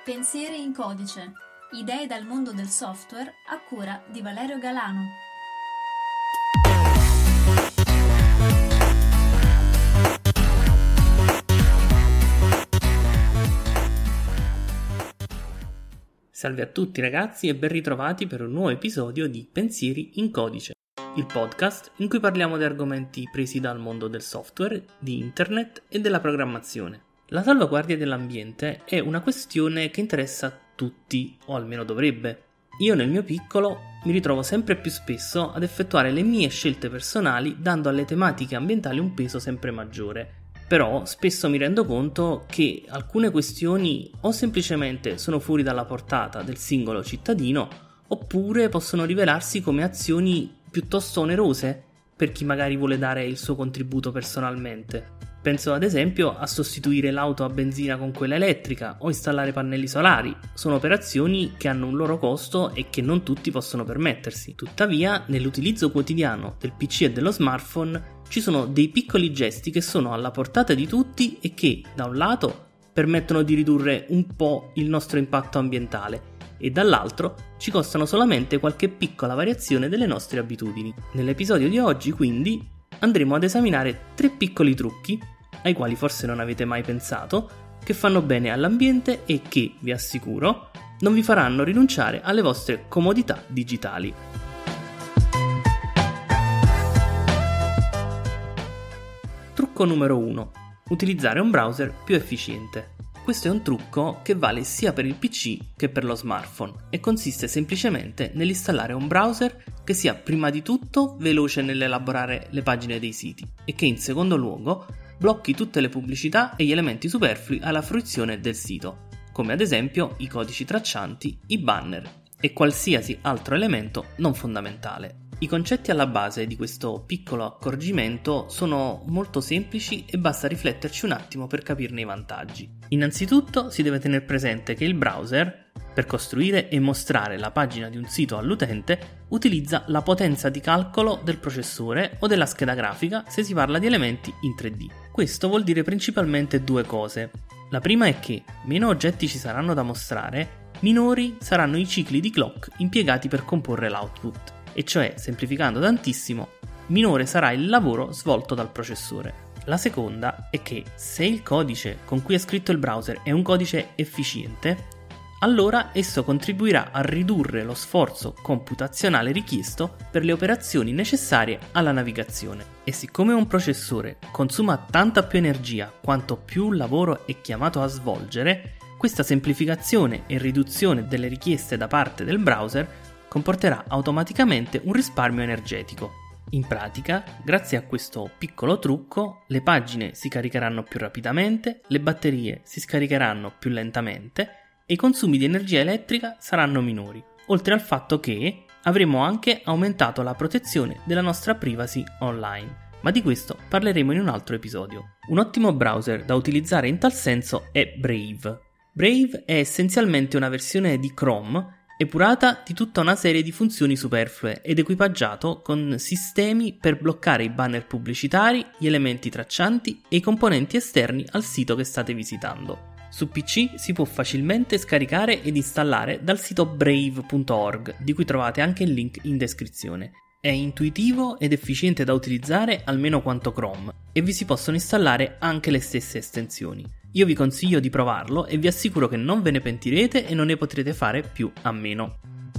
Pensieri in codice. Idee dal mondo del software a cura di Valerio Galano. Salve a tutti ragazzi e ben ritrovati per un nuovo episodio di Pensieri in codice, il podcast in cui parliamo di argomenti presi dal mondo del software, di internet e della programmazione. La salvaguardia dell'ambiente è una questione che interessa tutti, o almeno dovrebbe. Io nel mio piccolo mi ritrovo sempre più spesso ad effettuare le mie scelte personali dando alle tematiche ambientali un peso sempre maggiore. Però spesso mi rendo conto che alcune questioni o semplicemente sono fuori dalla portata del singolo cittadino, oppure possono rivelarsi come azioni piuttosto onerose per chi magari vuole dare il suo contributo personalmente. Penso ad esempio a sostituire l'auto a benzina con quella elettrica o installare pannelli solari. Sono operazioni che hanno un loro costo e che non tutti possono permettersi. Tuttavia, nell'utilizzo quotidiano del PC e dello smartphone ci sono dei piccoli gesti che sono alla portata di tutti e che, da un lato, permettono di ridurre un po' il nostro impatto ambientale e dall'altro ci costano solamente qualche piccola variazione delle nostre abitudini. Nell'episodio di oggi, quindi, andremo ad esaminare 3 piccoli trucchi ai quali forse non avete mai pensato, che fanno bene all'ambiente e che, vi assicuro, non vi faranno rinunciare alle vostre comodità digitali. Trucco numero 1. Utilizzare un browser più efficiente. Questo è un trucco che vale sia per il PC che per lo smartphone e consiste semplicemente nell'installare un browser che sia prima di tutto veloce nell'elaborare le pagine dei siti e che in secondo luogo blocchi tutte le pubblicità e gli elementi superflui alla fruizione del sito, come ad esempio i codici traccianti, i banner e qualsiasi altro elemento non fondamentale. I concetti alla base di questo piccolo accorgimento sono molto semplici e basta rifletterci un attimo per capirne i vantaggi. Innanzitutto si deve tenere presente che il browser, per costruire e mostrare la pagina di un sito all'utente, utilizza la potenza di calcolo del processore o della scheda grafica se si parla di elementi in 3D. Questo vuol dire principalmente 2 cose. La prima è che meno oggetti ci saranno da mostrare, minori saranno i cicli di clock impiegati per comporre l'output. E cioè, semplificando tantissimo, minore sarà il lavoro svolto dal processore. La seconda è che se il codice con cui è scritto il browser è un codice efficiente, allora esso contribuirà a ridurre lo sforzo computazionale richiesto per le operazioni necessarie alla navigazione. E siccome un processore consuma tanta più energia quanto più lavoro è chiamato a svolgere, questa semplificazione e riduzione delle richieste da parte del browser comporterà automaticamente un risparmio energetico. In pratica, grazie a questo piccolo trucco, le pagine si caricheranno più rapidamente, le batterie si scaricheranno più lentamente e i consumi di energia elettrica saranno minori, oltre al fatto che avremo anche aumentato la protezione della nostra privacy online. Ma di questo parleremo in un altro episodio. Un ottimo browser da utilizzare in tal senso è Brave. Brave è essenzialmente una versione di Chrome epurata di tutta una serie di funzioni superflue ed equipaggiato con sistemi per bloccare i banner pubblicitari, gli elementi traccianti e i componenti esterni al sito che state visitando. Su PC si può facilmente scaricare ed installare dal sito brave.org, di cui trovate anche il link in descrizione. È intuitivo ed efficiente da utilizzare almeno quanto Chrome e vi si possono installare anche le stesse estensioni. Io vi consiglio di provarlo e vi assicuro che non ve ne pentirete e non ne potrete fare più a meno.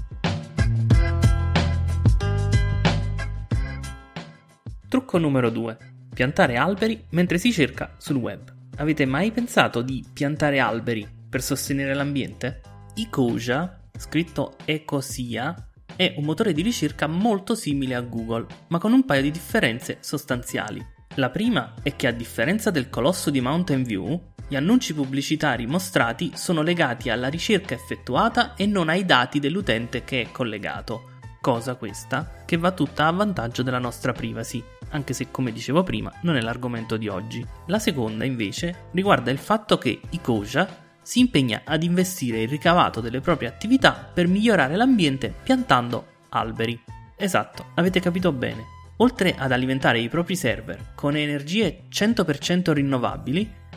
Trucco numero 2. Piantare alberi mentre si cerca sul web. Avete mai pensato di piantare alberi per sostenere l'ambiente? Ecosia, scritto Ecosia, è un motore di ricerca molto simile a Google, ma con un paio di differenze sostanziali. La prima è che a differenza del colosso di Mountain View, gli annunci pubblicitari mostrati sono legati alla ricerca effettuata e non ai dati dell'utente che è collegato, cosa questa che va tutta a vantaggio della nostra privacy, anche se come dicevo prima non è l'argomento di oggi. La seconda invece riguarda il fatto che Ecosia si impegna ad investire il ricavato delle proprie attività per migliorare l'ambiente piantando alberi. Esatto, avete capito bene. Oltre ad alimentare i propri server con energie 100% rinnovabili,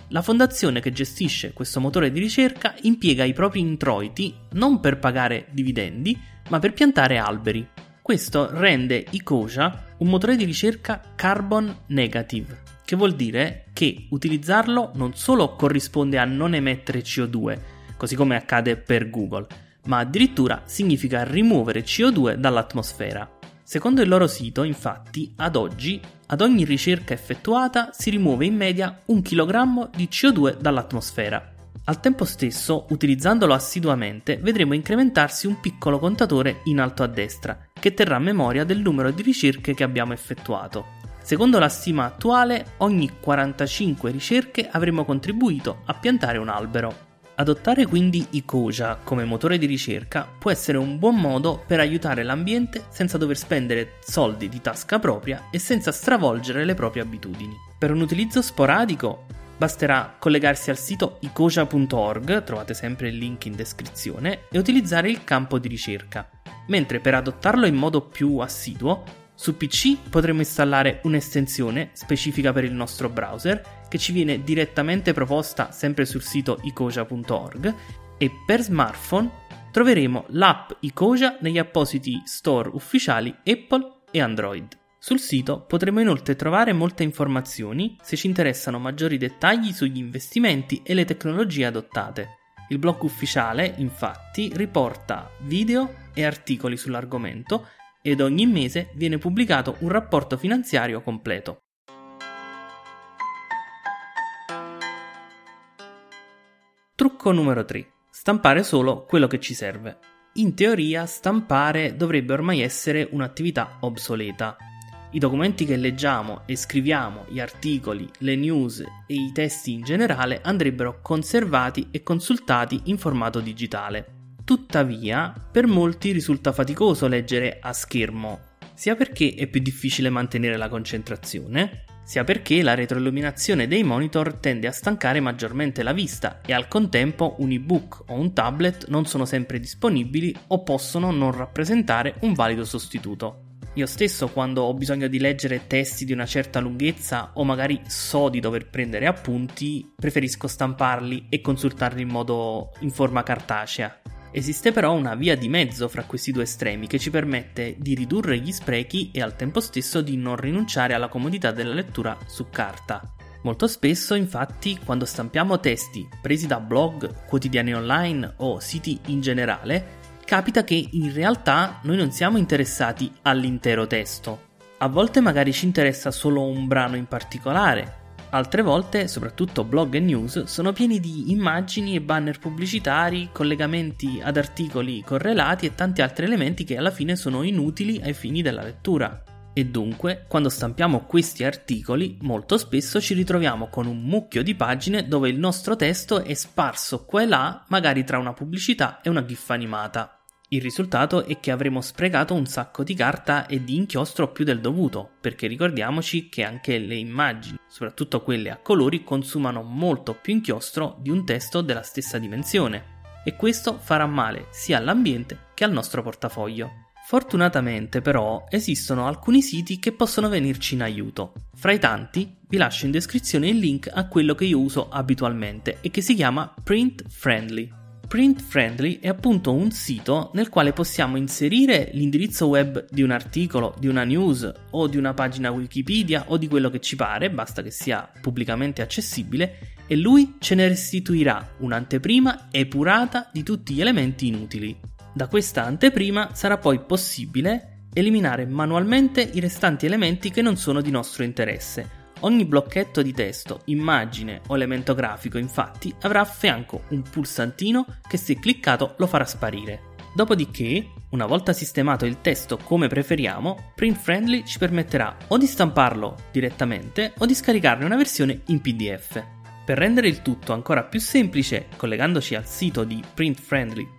la fondazione che gestisce questo motore di ricerca impiega i propri introiti non per pagare dividendi, ma per piantare alberi. Questo rende Ecosia un motore di ricerca carbon negative, che vuol dire che utilizzarlo non solo corrisponde a non emettere CO2, così come accade per Google, ma addirittura significa rimuovere CO2 dall'atmosfera. Secondo il loro sito, infatti, ad oggi, ad ogni ricerca effettuata si rimuove in media 1 kg di CO2 dall'atmosfera. Al tempo stesso, utilizzandolo assiduamente, vedremo incrementarsi un piccolo contatore in alto a destra, che terrà memoria del numero di ricerche che abbiamo effettuato. Secondo la stima attuale, ogni 45 ricerche avremo contribuito a piantare un albero. Adottare quindi Ecosia come motore di ricerca può essere un buon modo per aiutare l'ambiente senza dover spendere soldi di tasca propria e senza stravolgere le proprie abitudini. Per un utilizzo sporadico basterà collegarsi al sito ecosia.org, trovate sempre il link in descrizione, e utilizzare il campo di ricerca, mentre per adottarlo in modo più assiduo su PC potremo installare un'estensione specifica per il nostro browser che ci viene direttamente proposta sempre sul sito ecosia.org e per smartphone troveremo l'app Ecosia negli appositi store ufficiali Apple e Android. Sul sito potremo inoltre trovare molte informazioni se ci interessano maggiori dettagli sugli investimenti e le tecnologie adottate. Il blog ufficiale, infatti, riporta video e articoli sull'argomento ed ogni mese viene pubblicato un rapporto finanziario completo. Trucco numero 3. Stampare solo quello che ci serve. In teoria, stampare dovrebbe ormai essere un'attività obsoleta. I documenti che leggiamo e scriviamo, gli articoli, le news e i testi in generale andrebbero conservati e consultati in formato digitale. Tuttavia, per molti risulta faticoso leggere a schermo, sia perché è più difficile mantenere la concentrazione, sia perché la retroilluminazione dei monitor tende a stancare maggiormente la vista e al contempo un ebook o un tablet non sono sempre disponibili o possono non rappresentare un valido sostituto. Io stesso, quando ho bisogno di leggere testi di una certa lunghezza o magari so di dover prendere appunti, preferisco stamparli e consultarli in forma cartacea. Esiste però una via di mezzo fra questi due estremi che ci permette di ridurre gli sprechi e al tempo stesso di non rinunciare alla comodità della lettura su carta. Molto spesso, infatti, quando stampiamo testi presi da blog, quotidiani online o siti in generale, capita che in realtà noi non siamo interessati all'intero testo. A volte magari ci interessa solo un brano in particolare. Altre volte, soprattutto blog e news, sono pieni di immagini e banner pubblicitari, collegamenti ad articoli correlati e tanti altri elementi che alla fine sono inutili ai fini della lettura. E dunque, quando stampiamo questi articoli, molto spesso ci ritroviamo con un mucchio di pagine dove il nostro testo è sparso qua e là, magari tra una pubblicità e una gif animata. Il risultato è che avremo sprecato un sacco di carta e di inchiostro più del dovuto, perché ricordiamoci che anche le immagini, soprattutto quelle a colori, consumano molto più inchiostro di un testo della stessa dimensione, e questo farà male sia all'ambiente che al nostro portafoglio. Fortunatamente però esistono alcuni siti che possono venirci in aiuto. Fra i tanti vi lascio in descrizione il link a quello che io uso abitualmente e che si chiama Print Friendly. Print Friendly è appunto un sito nel quale possiamo inserire l'indirizzo web di un articolo, di una news o di una pagina Wikipedia o di quello che ci pare, basta che sia pubblicamente accessibile, e lui ce ne restituirà un'anteprima epurata di tutti gli elementi inutili. Da questa anteprima sarà poi possibile eliminare manualmente i restanti elementi che non sono di nostro interesse. Ogni blocchetto di testo, immagine o elemento grafico, infatti, avrà a fianco un pulsantino che, se cliccato, lo farà sparire. Dopodiché, una volta sistemato il testo come preferiamo, Print Friendly ci permetterà o di stamparlo direttamente o di scaricarne una versione in PDF. Per rendere il tutto ancora più semplice, collegandoci al sito di printfriendly.org,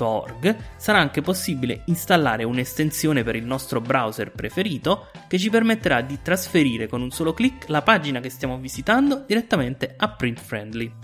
sarà anche possibile installare un'estensione per il nostro browser preferito che ci permetterà di trasferire con un solo clic la pagina che stiamo visitando direttamente a Print Friendly.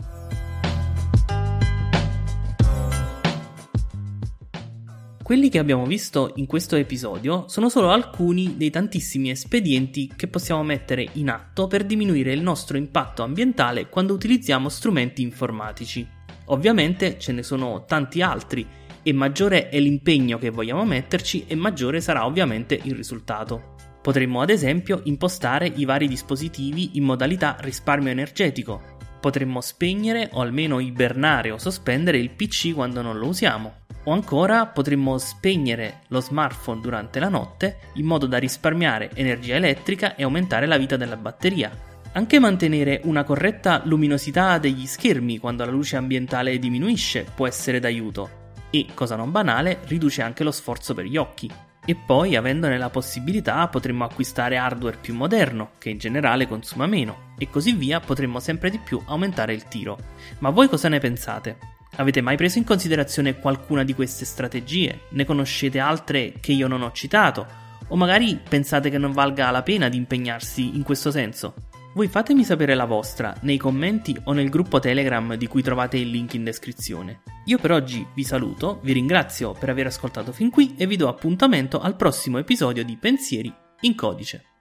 Quelli che abbiamo visto in questo episodio sono solo alcuni dei tantissimi espedienti che possiamo mettere in atto per diminuire il nostro impatto ambientale quando utilizziamo strumenti informatici. Ovviamente ce ne sono tanti altri e maggiore è l'impegno che vogliamo metterci e maggiore sarà ovviamente il risultato. Potremmo ad esempio impostare i vari dispositivi in modalità risparmio energetico. Potremmo spegnere o almeno ibernare o sospendere il PC quando non lo usiamo. O ancora potremmo spegnere lo smartphone durante la notte in modo da risparmiare energia elettrica e aumentare la vita della batteria. Anche mantenere una corretta luminosità degli schermi quando la luce ambientale diminuisce può essere d'aiuto e, cosa non banale, riduce anche lo sforzo per gli occhi. E poi, avendone la possibilità, potremmo acquistare hardware più moderno, che in generale consuma meno, e così via potremmo sempre di più aumentare il tiro. Ma voi cosa ne pensate? Avete mai preso in considerazione qualcuna di queste strategie? Ne conoscete altre che io non ho citato? O magari pensate che non valga la pena di impegnarsi in questo senso? Voi fatemi sapere la vostra nei commenti o nel gruppo Telegram di cui trovate il link in descrizione. Io per oggi vi saluto, vi ringrazio per aver ascoltato fin qui e vi do appuntamento al prossimo episodio di Pensieri in Codice.